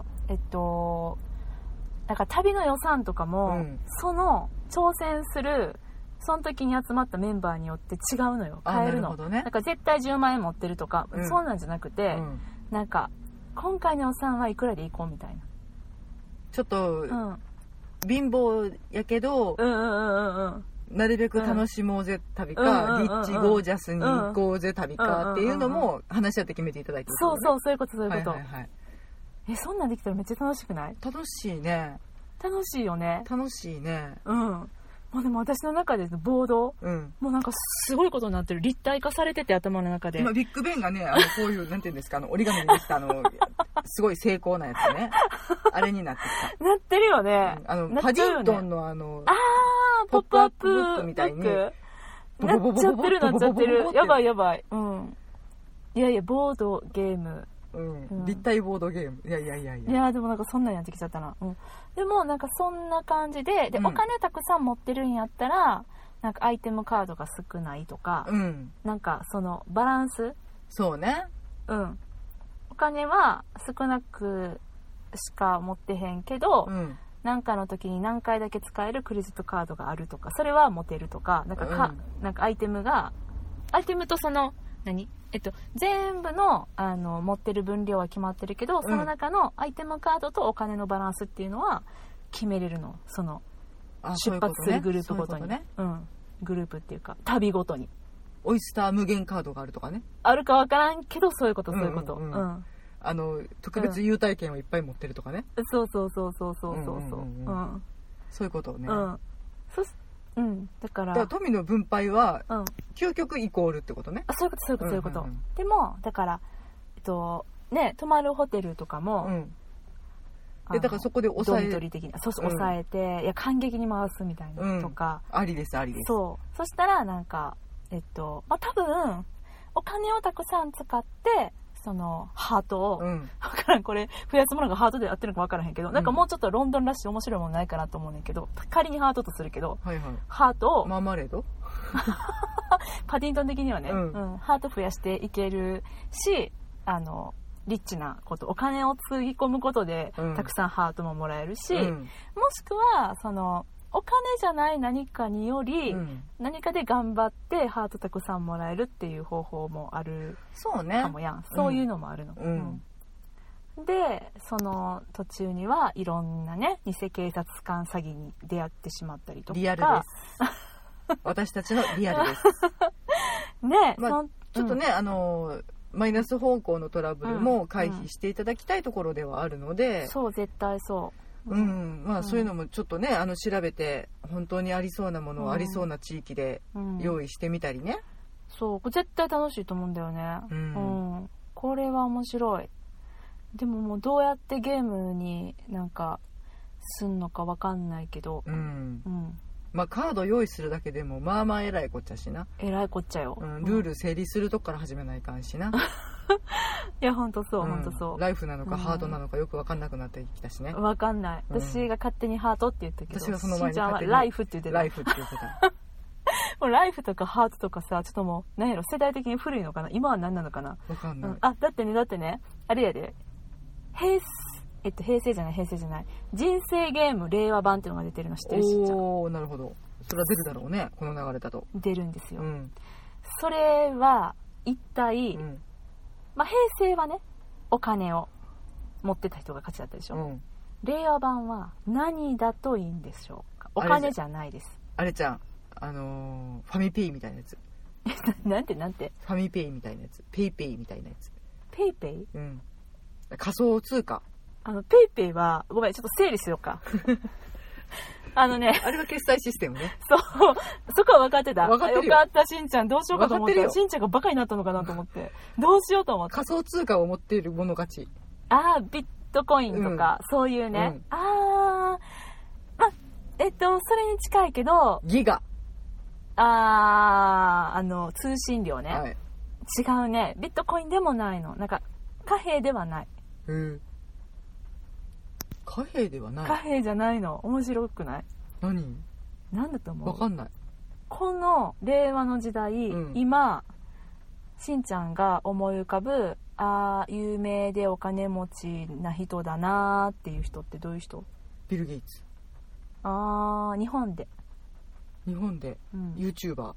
[SPEAKER 1] だから旅の予算とかも、その挑戦するその時に集まったメンバーによって違うのよ、変えるの。なるほどね。なんか絶対10万円持ってるとか、そうなんじゃなくて、なんか今回の予算はいくらでいこうみたいな。
[SPEAKER 2] ちょっと、貧乏やけど、なるべく楽しもうぜ旅か、リッチゴージャスに行こうぜ旅かっていうのも話し合って決めていただいて、
[SPEAKER 1] そういうこと。そんなんできたらめっちゃ楽しくない？
[SPEAKER 2] 楽しいね。
[SPEAKER 1] 楽しいよね。もうでも私の中でボード、もうなんかすごいことになってる。立体化されてて、頭の中で
[SPEAKER 2] 今ビッグベンがね、こういうなんていうんですか、折り紙にできたすごい精巧なやつね、あれになってきた。
[SPEAKER 1] なってるよね。
[SPEAKER 2] パディントンの
[SPEAKER 1] ポップアップ
[SPEAKER 2] ブックみたいになっ
[SPEAKER 1] ちゃってる。やばい、いやボードゲーム、
[SPEAKER 2] 立体ボードゲーム。い
[SPEAKER 1] やでもなんかそんなんやってきちゃったな、でもなんかそんな感じで、お金たくさん持ってるんやったらなんかアイテムカードが少ないとか、なんかそのバランス、
[SPEAKER 2] そうね、
[SPEAKER 1] お金は少なくしか持ってへんけど、なんかの時に何回だけ使えるクレジットカードがあるとか、それは持てるとか、なんかアイテムとその全部の、持ってる分量は決まってるけど、その中のアイテムカードとお金のバランスっていうのは決めれるの。その出発するグループごとに、グループっていうか旅ごとに。
[SPEAKER 2] オイスター無限カードがあるとかね。
[SPEAKER 1] あるかわからんけど、そういうこと。
[SPEAKER 2] 特別優待券をいっぱい持ってるとかね。
[SPEAKER 1] そうそう
[SPEAKER 2] いうことをね。
[SPEAKER 1] だから
[SPEAKER 2] 富の分配は究極イコールってことね。
[SPEAKER 1] そういうこと。でもだから泊まるホテルとかも、
[SPEAKER 2] だからそこで抑え
[SPEAKER 1] ドミトリー的な、抑えて、いや感激に回すみたいなとか、
[SPEAKER 2] ありです。
[SPEAKER 1] そしたらなんか多分お金をたくさん使ってそのハートを、分からん、これ増やすものがハートでやってるのか分からへんけど、なんかもうちょっとロンドンらしい面白いものないかなと思うねんけど、仮にハートとするけど、ハートを
[SPEAKER 2] マーマレード
[SPEAKER 1] パディントン的にはね、ハート増やしていけるし、リッチなこと、お金をつぎ込むことで、たくさんハートももらえるし、もしくはそのお金じゃない何かにより、何かで頑張ってハートたくさんもらえるっていう方法もあるかもやん。そういうのもあるの。でその途中にはいろんなね、偽警察官詐欺に出会ってしまったりとか。
[SPEAKER 2] リアルです私たちのリアルです
[SPEAKER 1] ね、
[SPEAKER 2] ちょっとね、マイナス方向のトラブルも回避していただきたいところではあるので、
[SPEAKER 1] そう絶対そう、
[SPEAKER 2] そういうのもちょっとね、調べて本当にありそうなものをありそうな地域で用意してみたりね、
[SPEAKER 1] そう絶対楽しいと思うんだよね、これは面白い。でももうどうやってゲームになんかすんのか分かんないけど、
[SPEAKER 2] カード用意するだけでもまあまあえらいこっちゃしな。
[SPEAKER 1] えらいこっちゃよ、
[SPEAKER 2] ルール整理するとこから始めないかんしな。
[SPEAKER 1] いやほんとそう、
[SPEAKER 2] ライフなのかハートなのかよく分かんなくなってきたしね。
[SPEAKER 1] 分かんない、私が勝手にハートって言ったけど、
[SPEAKER 2] 私がその前に勝手に
[SPEAKER 1] ライフって言ってた。
[SPEAKER 2] ライフって言ってた
[SPEAKER 1] もうライフとかハートとかさ、ちょっともう何やろ、世代的に古いのかな、今は何なのかな、
[SPEAKER 2] 分かんない、
[SPEAKER 1] だってねあれやで、平成じゃない人生ゲーム令和版っていうのが出てるの知ってる？
[SPEAKER 2] おー、なるほど。それは出るだろうね、この流れだと。
[SPEAKER 1] 出るんですよ、それは一体、平成はねお金を持ってた人が勝ちだったでしょ、 令和版は何だといいんでしょうか。お金じゃないです。
[SPEAKER 2] あれちゃん、ファミペイみたいなやつ。
[SPEAKER 1] なんて
[SPEAKER 2] ファミペイみたいなやつ、ペイペイみたいなやつ。
[SPEAKER 1] ペイペイ？
[SPEAKER 2] うん。仮想通貨。
[SPEAKER 1] ペイペイは、ごめん、ちょっと整理しようか。あれ
[SPEAKER 2] は決済システムね。
[SPEAKER 1] そう。そこは分かってた。
[SPEAKER 2] 分かってるよ。
[SPEAKER 1] よかった、しんちゃん。どうしようかと思った。しんちゃんがバカになったのかなと思って。どうしようと思って。
[SPEAKER 2] 仮想通貨を持っている者勝ち。
[SPEAKER 1] ビットコインとか、そういうね。それに近いけど、
[SPEAKER 2] ギガ。
[SPEAKER 1] 通信料ね。
[SPEAKER 2] はい。
[SPEAKER 1] 違うね。ビットコインでもないの。なんか、貨幣ではない。
[SPEAKER 2] 貨幣ではない。
[SPEAKER 1] 貨幣じゃないの。面白くない？
[SPEAKER 2] 何
[SPEAKER 1] だと思う？
[SPEAKER 2] わかんない。
[SPEAKER 1] この令和の時代、今しんちゃんが思い浮かぶ有名でお金持ちな人だなっていう人ってどういう人？
[SPEAKER 2] ビル・ゲイツ。
[SPEAKER 1] 日本で、
[SPEAKER 2] YouTuber。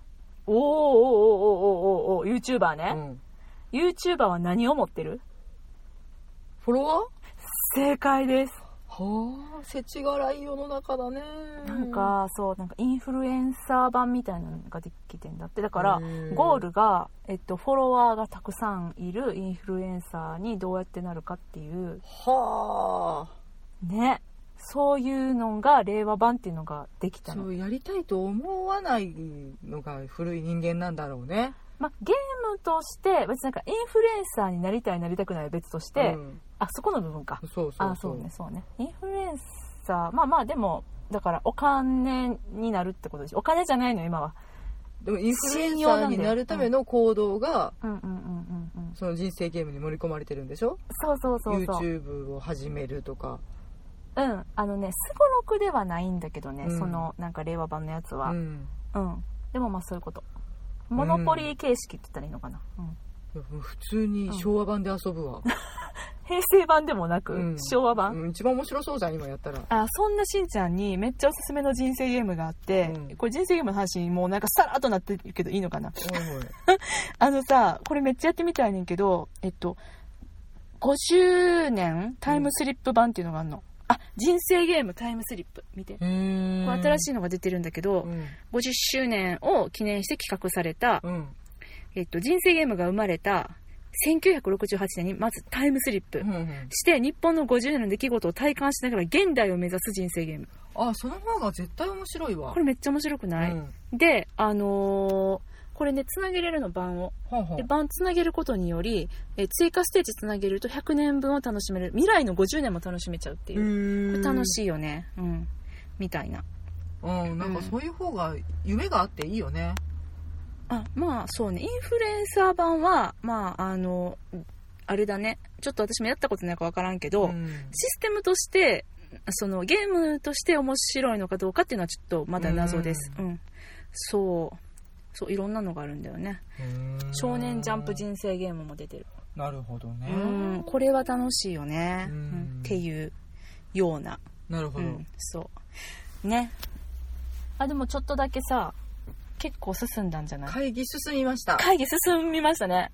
[SPEAKER 1] YouTuber ね。YouTuber は何を持ってる？
[SPEAKER 2] フォロワー？
[SPEAKER 1] 正解です。
[SPEAKER 2] はあ、世知辛い世の中だね。
[SPEAKER 1] なんかインフルエンサー版みたいなのができてんだって。だからゴールが、フォロワーがたくさんいるインフルエンサーにどうやってなるかっていう。
[SPEAKER 2] はあ。
[SPEAKER 1] ね。そういうのが令和版っていうのができたの。
[SPEAKER 2] そうやりたいと思わないのが古い人間なんだろうね。
[SPEAKER 1] ゲームとして別にインフルエンサーになりたいなりたくないは別として、そこの部分か。
[SPEAKER 2] そう
[SPEAKER 1] ね。インフルエンサーでもだからお金になるってことでしょ。お金じゃないの今は。
[SPEAKER 2] でもインフルエンサーになるための行動がその人生ゲームに盛り込まれてるんでしょ。
[SPEAKER 1] そう
[SPEAKER 2] YouTube を始めるとか。
[SPEAKER 1] すごろくではないんだけどね、そのなんか令和版のやつは。でもそういうこと。モノポリー形式って言ったらいいのかな。
[SPEAKER 2] 普通に昭和版で遊ぶわ。
[SPEAKER 1] 平成版でもなく、昭和版、
[SPEAKER 2] 一番面白そうじゃん今やったら。
[SPEAKER 1] そんなしんちゃんにめっちゃおすすめの人生ゲームがあって、これ人生ゲームの話もうなんかさらっとなってるけどいいのかな。これめっちゃやってみたいねんけど、50年タイムスリップ版っていうのがあるの。人生ゲームタイムスリップ見て。これ新しいのが出てるんだけど、50周年を記念して企画された、人生ゲームが生まれた1968年にまずタイムスリップして日本の50年の出来事を体感しながら現代を目指す人生ゲーム。
[SPEAKER 2] その方が絶対面白いわ。
[SPEAKER 1] これめっちゃ面白くない？で、これね、つなげれるの、盤を。で、盤つなげることにより、追加ステージつなげると100年分を楽しめる。未来の50年も楽しめちゃうっていう。これ楽しいよね。みたいな。
[SPEAKER 2] なんかそういう方が夢があっていいよね。
[SPEAKER 1] そうね。インフルエンサー版は、あれだね。ちょっと私もやったことないかわからんけど、システムとして、そのゲームとして面白いのかどうかっていうのはちょっとまだ謎です。そういろんなのがあるんだよね。少年ジャンプ人生ゲームも出てる。
[SPEAKER 2] なるほどね。
[SPEAKER 1] これは楽しいよね。っていうような。
[SPEAKER 2] なるほど。
[SPEAKER 1] そうね。でもちょっとだけさ、結構進んだんじゃない？
[SPEAKER 2] 会議進みました。
[SPEAKER 1] 会議進みましたね。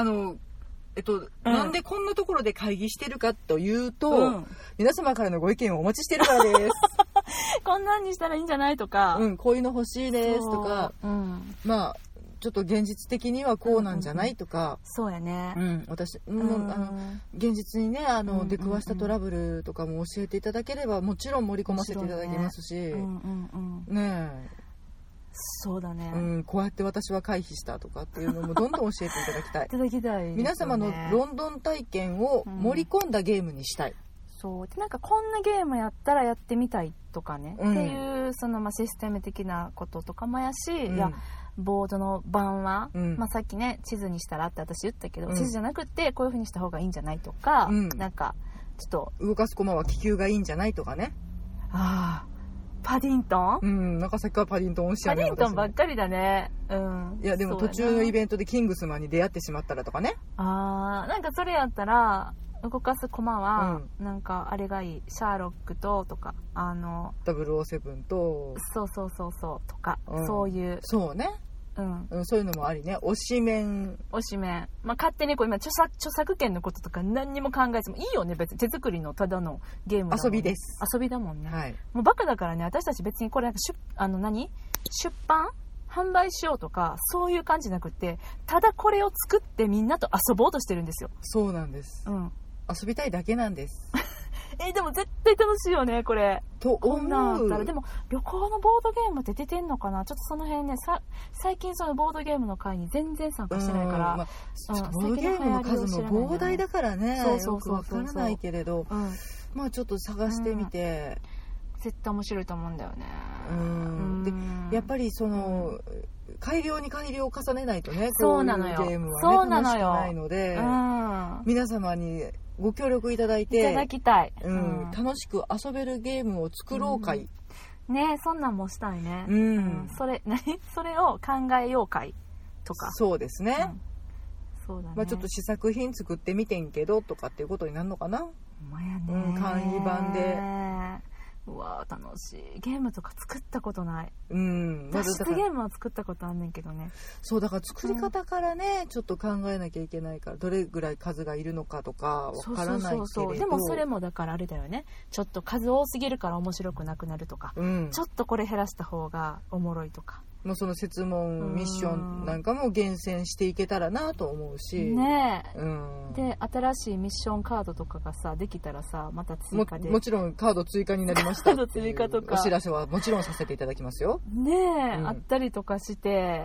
[SPEAKER 2] なんでこんなところで会議してるかというと、皆様からのご意見をお待ちしてるからです。
[SPEAKER 1] こんなんにしたらいいんじゃないとか、
[SPEAKER 2] こういうの欲しいですとか、ちょっと現実的にはこうなんじゃないとか、
[SPEAKER 1] そうやね。
[SPEAKER 2] 私現実にね出くわしたトラブルとかも教えていただければもちろん盛り込ませていただきますし、ねえ。
[SPEAKER 1] そうだね、
[SPEAKER 2] こうやって私は回避したとかっていうのもどんどん教えていただきたい。
[SPEAKER 1] いただきたい、ね、
[SPEAKER 2] 皆様のロンドン体験を盛り込んだゲームにしたい。
[SPEAKER 1] そうで、なんかこんなゲームやったらやってみたいとかね、っていうそのシステム的なこととかもやし、いやボードの盤は、さっきね地図にしたらって私言ったけど、地図じゃなくてこういう風にした方がいいんじゃないとか、なんかちょっと
[SPEAKER 2] 動かす駒は気球がいいんじゃないとかね。
[SPEAKER 1] パディントン？
[SPEAKER 2] なんかさっきからパディントン推しやね。
[SPEAKER 1] パディントンばっかりだね。
[SPEAKER 2] いやでも途中のイベントでキングスマンに出会ってしまったらとかね。
[SPEAKER 1] なんかそれやったら動かす駒は、なんかあれがいい。シャーロックとか
[SPEAKER 2] 007と
[SPEAKER 1] そうとか、そういう
[SPEAKER 2] そうね。 そういうのもありね。推しメン、
[SPEAKER 1] まあ、勝手にこう今著作権のこととか何にも考えずもいいよね。別に手作りのただのゲームだもん、ね、
[SPEAKER 2] 遊びです。
[SPEAKER 1] 遊びだもんね、
[SPEAKER 2] はい、
[SPEAKER 1] もうバカだからね。私たち別にこれなんか出版販売しようとかそういう感じじゃなくて、ただこれを作ってみんなと遊ぼうとしてるんですよ。
[SPEAKER 2] そうなんです、遊びたいだけなんです
[SPEAKER 1] でも絶対楽しいよねこれ
[SPEAKER 2] と思う。
[SPEAKER 1] こんなんあったら。でも旅行のボードゲームって出てんのかな。ちょっとその辺ね、最近そのボードゲームの会に全然参加してないから、
[SPEAKER 2] ボードゲームの数も膨大だからね、よくわからないけれど、まあちょっと探してみて、
[SPEAKER 1] 絶対面白いと思うんだよね。
[SPEAKER 2] でやっぱりその、改良に改良を重ねないとね、
[SPEAKER 1] こういうゲ
[SPEAKER 2] ームはね楽しくないので、皆様にご協力いただいて、
[SPEAKER 1] いただきたい、
[SPEAKER 2] 楽しく遊べるゲームを作ろう会、
[SPEAKER 1] ね、そんなんもしたいね、それを考えよう会とか。
[SPEAKER 2] そうですね、
[SPEAKER 1] そうだね。
[SPEAKER 2] まあ、ちょっと試作品作ってみてんけどとかっていうことになるのかな。
[SPEAKER 1] ほんまやね、
[SPEAKER 2] 簡易版で。
[SPEAKER 1] うわ楽しい。ゲームとか作ったことない。脱出ゲームは作ったことあんねんけどね。
[SPEAKER 2] そうだから作り方からね、ちょっと考えなきゃいけないから、どれぐらい数がいるのかとかわからないけれど、
[SPEAKER 1] でもそれもだからあれだよね。ちょっと数多すぎるから面白くなくなるとか、ちょっとこれ減らした方がおもろいとか。
[SPEAKER 2] もうその設問ミッションなんかも厳選していけたらなと思うし
[SPEAKER 1] ねえ、で新しいミッションカードとかがさできたらさ、また追加で
[SPEAKER 2] もちろんカード追加になりました
[SPEAKER 1] カード追加とか
[SPEAKER 2] お知らせはもちろんさせていただきますよ
[SPEAKER 1] ねえ、あったりとかして、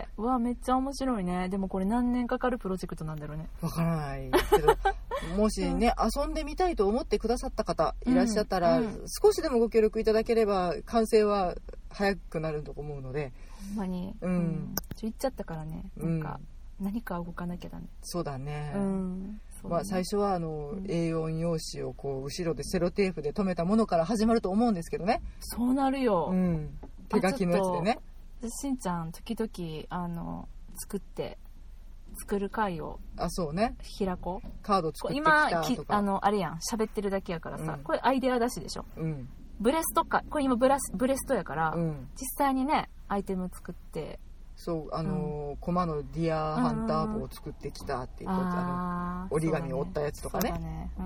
[SPEAKER 1] うわめっちゃ面白いね。でもこれ何年かかるプロジェクトなんだろうね。
[SPEAKER 2] わからないけどもしね、遊んでみたいと思ってくださった方いらっしゃったら、少しでもご協力いただければ完成は早くなると思うので、
[SPEAKER 1] ほんまに、言っちゃったからね、なんか、何か動かなきゃだね。
[SPEAKER 2] そうだね、
[SPEAKER 1] そうね。
[SPEAKER 2] まあ、最初はA4 用紙をこう後ろでセロテープで留めたものから始まると思うんですけどね。
[SPEAKER 1] そうなるよ、
[SPEAKER 2] 手書きのやつでね。
[SPEAKER 1] しんちゃん時々作る会を
[SPEAKER 2] そうね、
[SPEAKER 1] 開こう。
[SPEAKER 2] カード作ってきたとか
[SPEAKER 1] 今あれやん、喋ってるだけやからさ、これアイデア出しでしょ、ブレストか、これ今ブレストやから、実際にねアイテム作って、
[SPEAKER 2] そうコマのディアハンター棒を作ってきたっていう折り紙を折ったやつとかね。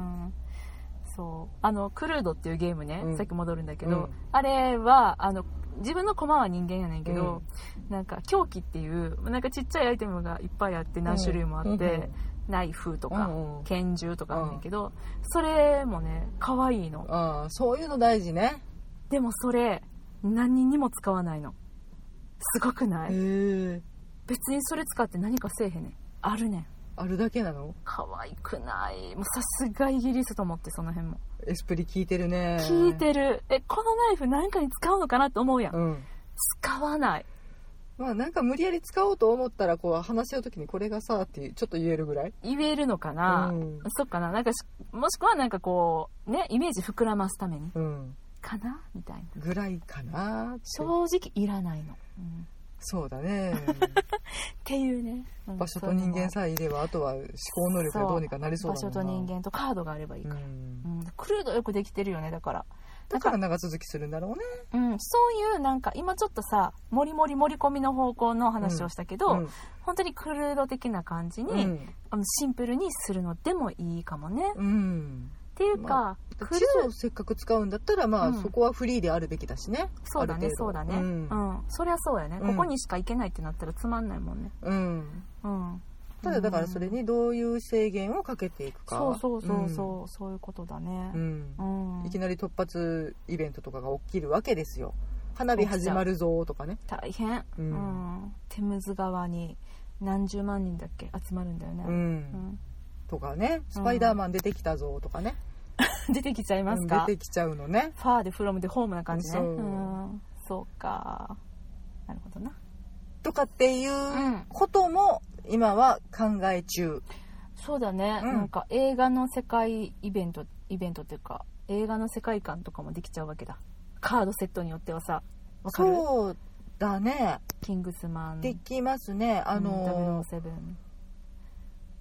[SPEAKER 2] そうクルードっていうゲームね、さっき戻るんだけど、あれは自分のコマは人間やねんけど、なんか凶器っていうなんかちっちゃいアイテムがいっぱいあって何種類もあって、ナイフとか、拳銃とかあるんだけど、それもね可愛いの。 そういうの大事ね。
[SPEAKER 1] でもそれ何にも使わないの。すごくない？別にそれ使って何かせえへんねん。あるねん。
[SPEAKER 2] あるだけなの？
[SPEAKER 1] 可愛くない？もうさすがイギリスと思って、その辺も
[SPEAKER 2] エスプリ効いてるね。
[SPEAKER 1] 効いてる。このナイフ何かに使うのかなと思うやん、使わない。
[SPEAKER 2] まあなんか無理やり使おうと思ったらこう話し合うときにこれがさってちょっと言えるぐらい
[SPEAKER 1] 言えるのかな、そっかな。なんかもしくはなんかこうね、イメージ膨らますために、かなみたいな
[SPEAKER 2] ぐらいかな。
[SPEAKER 1] 正直いらないの、
[SPEAKER 2] そうだね
[SPEAKER 1] っていうね、
[SPEAKER 2] 場所と人間さえいればあとは思考能力がどうにかなりそうだもんな。
[SPEAKER 1] 場所と人間とカードがあればいいから、クルードよくできてるよね。だから
[SPEAKER 2] 長続きするんだろうね。
[SPEAKER 1] そういうなんか今ちょっとさ盛り込みの方向の話をしたけど、本当にクルード的な感じに、シンプルにするのでもいいかもね、っていうか、
[SPEAKER 2] 地図をせっかく使うんだったら、そこはフリーであるべきだしね。
[SPEAKER 1] そうだね、そうだね、そりゃそうやね、ここにしか行けないってなったらつまんないもんね。
[SPEAKER 2] ただだからそれにどういう制限をかけていくか。
[SPEAKER 1] そういうことだね、
[SPEAKER 2] いきなり突発イベントとかが起きるわけですよ。花火始まるぞとかね。
[SPEAKER 1] 大変、テムズ川に何十万人だっけ集まるんだよね、
[SPEAKER 2] とかね。スパイダーマン出てきたぞとかね、
[SPEAKER 1] 出てきちゃいますか。
[SPEAKER 2] 出てきちゃうのね。
[SPEAKER 1] ファーでフロムでホームな感じね。そうか、なるほどな。
[SPEAKER 2] とかっていうことも今は考え中。
[SPEAKER 1] そうだね、なんか映画の世界イベントっていうか映画の世界観とかもできちゃうわけだ。カードセットによってはさ、わかる？
[SPEAKER 2] そうだね。
[SPEAKER 1] キングスマン
[SPEAKER 2] できますね。
[SPEAKER 1] 007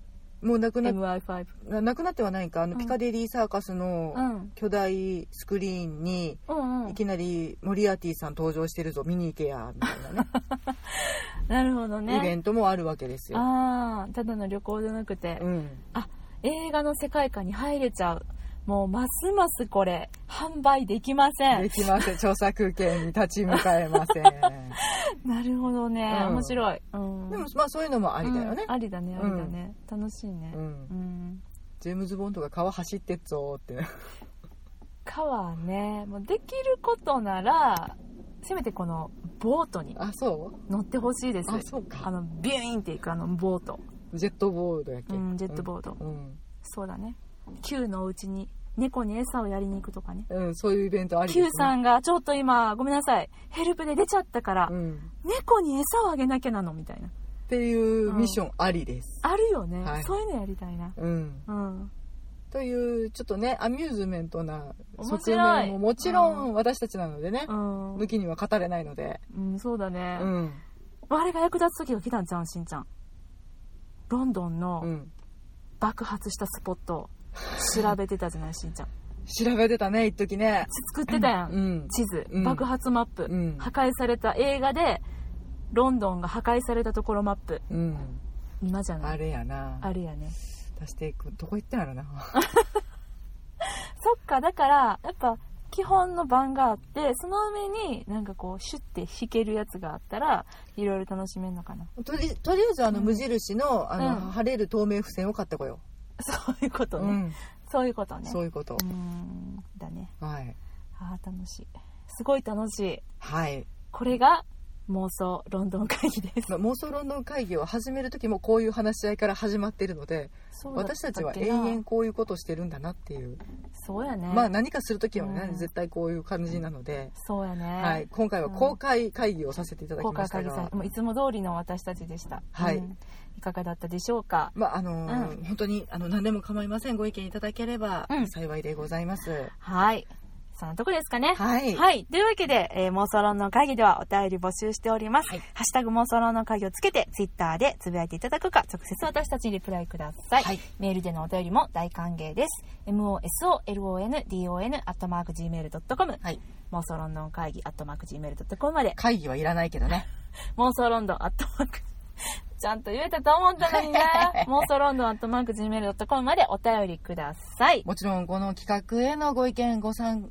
[SPEAKER 2] もうなくな
[SPEAKER 1] MI5
[SPEAKER 2] なくなってはないか、ピカデリーサーカスの
[SPEAKER 1] うん
[SPEAKER 2] 巨大スクリーンに、
[SPEAKER 1] うんうん
[SPEAKER 2] いきなりモリアーティさん登場してるぞ見に行けやみたいなね
[SPEAKER 1] なるほどね。
[SPEAKER 2] イベントもあるわけですよ。
[SPEAKER 1] ああ、ただの旅行じゃなくて、
[SPEAKER 2] うん、
[SPEAKER 1] あ、映画の世界観に入れちゃう。もうますますこれ販売できません。
[SPEAKER 2] できません。著作権に立ち向かえません
[SPEAKER 1] なるほどね、
[SPEAKER 2] うん
[SPEAKER 1] 面白い、うん、
[SPEAKER 2] でもまあそういうのもありだよね、
[SPEAKER 1] ありだねありだね、楽しいね、
[SPEAKER 2] ジェームズ・ボンドが川走ってっぞって
[SPEAKER 1] 川ね、もうできることならせめてこのボートに乗ってほしいです。
[SPEAKER 2] そうか、
[SPEAKER 1] ビューンっていくボート、
[SPEAKER 2] ジェットボードやっけ、
[SPEAKER 1] ジェットボード、そうだね。Q のお家に猫に餌をやりに行くとかね、
[SPEAKER 2] そういうイベントありですね。
[SPEAKER 1] Q さんがちょっと今ごめんなさいヘルプで出ちゃったから、猫に餌をあげなきゃなのみたいな
[SPEAKER 2] っていうミッションありです、
[SPEAKER 1] あるよね、
[SPEAKER 2] はい、
[SPEAKER 1] そういうのやりたいな、
[SPEAKER 2] というちょっとねアミューズメントな側面ももちろん私たちなのでね、抜きには語れないので、
[SPEAKER 1] そうだね、あれが役立つ時が来たんじゃんしんちゃん。ロンドンの爆発したスポット調べてたじゃないしんちゃん。
[SPEAKER 2] 調べてたね一時ね。
[SPEAKER 1] 作ってたやん、地図、爆発マップ、破壊された映画でロンドンが破壊されたところマップ、今じゃない、
[SPEAKER 2] あれやな、
[SPEAKER 1] あれやね。
[SPEAKER 2] 出していくどこ行ったんやろな
[SPEAKER 1] そっか、だからやっぱ基本の版があってその上になんかこうシュッて弾けるやつがあったらいろいろ楽しめるのかな。
[SPEAKER 2] とりあえず無印の、晴れる透明付箋を買ってこよ
[SPEAKER 1] う。そういうことね、そういうことね、
[SPEAKER 2] そういうこと
[SPEAKER 1] だね。
[SPEAKER 2] はい。
[SPEAKER 1] 楽しい、すごい楽しい。
[SPEAKER 2] はい。
[SPEAKER 1] これが妄想ロンドン会議です。
[SPEAKER 2] 妄想ロンドン会議を始める時もこういう話し合いから始まっているので、私たちは永遠こういうことをしてるんだなっていう。
[SPEAKER 1] そうやね。
[SPEAKER 2] まあ何かする時はね、絶対こういう感じなので。
[SPEAKER 1] そうやね。
[SPEAKER 2] はい。今回は公開会議をさせていただきましたが、
[SPEAKER 1] 公開会議もういつも通りの私たちでした。
[SPEAKER 2] はい。
[SPEAKER 1] いかがだったでしょうか。
[SPEAKER 2] まあ本当に何でも構いません。ご意見いただければ幸いでございます。
[SPEAKER 1] はい。そのとこですかね。
[SPEAKER 2] はい。
[SPEAKER 1] はい。というわけで、妄想論の会議ではお便り募集しております。ハッシュタグ妄想論の会議をつけて、ツイッターでつぶやいていただくか、直接私たちにリプライください。はい。メールでのお便りも大歓迎です。mosolondon@gmail.com。はい。妄想論の会議@gmail.com まで。
[SPEAKER 2] 会議はいらないけどね。
[SPEAKER 1] 妄想ロンドンちゃんと言えたと思ったのにね。妄想ロンドン@gmail.com までお便りください。
[SPEAKER 2] もちろんこの企画へのご意見ご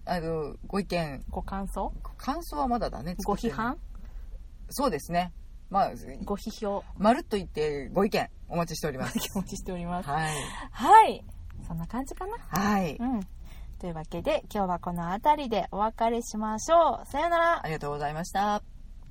[SPEAKER 2] 感想はまだだね。
[SPEAKER 1] ご批判？
[SPEAKER 2] そうですね。まあ
[SPEAKER 1] ご批評。
[SPEAKER 2] まるっと言ってご意見お待ちしております。
[SPEAKER 1] お待ちしております。
[SPEAKER 2] はい。
[SPEAKER 1] はい。そんな感じかな。
[SPEAKER 2] はい。
[SPEAKER 1] というわけで今日はこの辺りでお別れしましょう。さよなら。
[SPEAKER 2] ありがとうございました。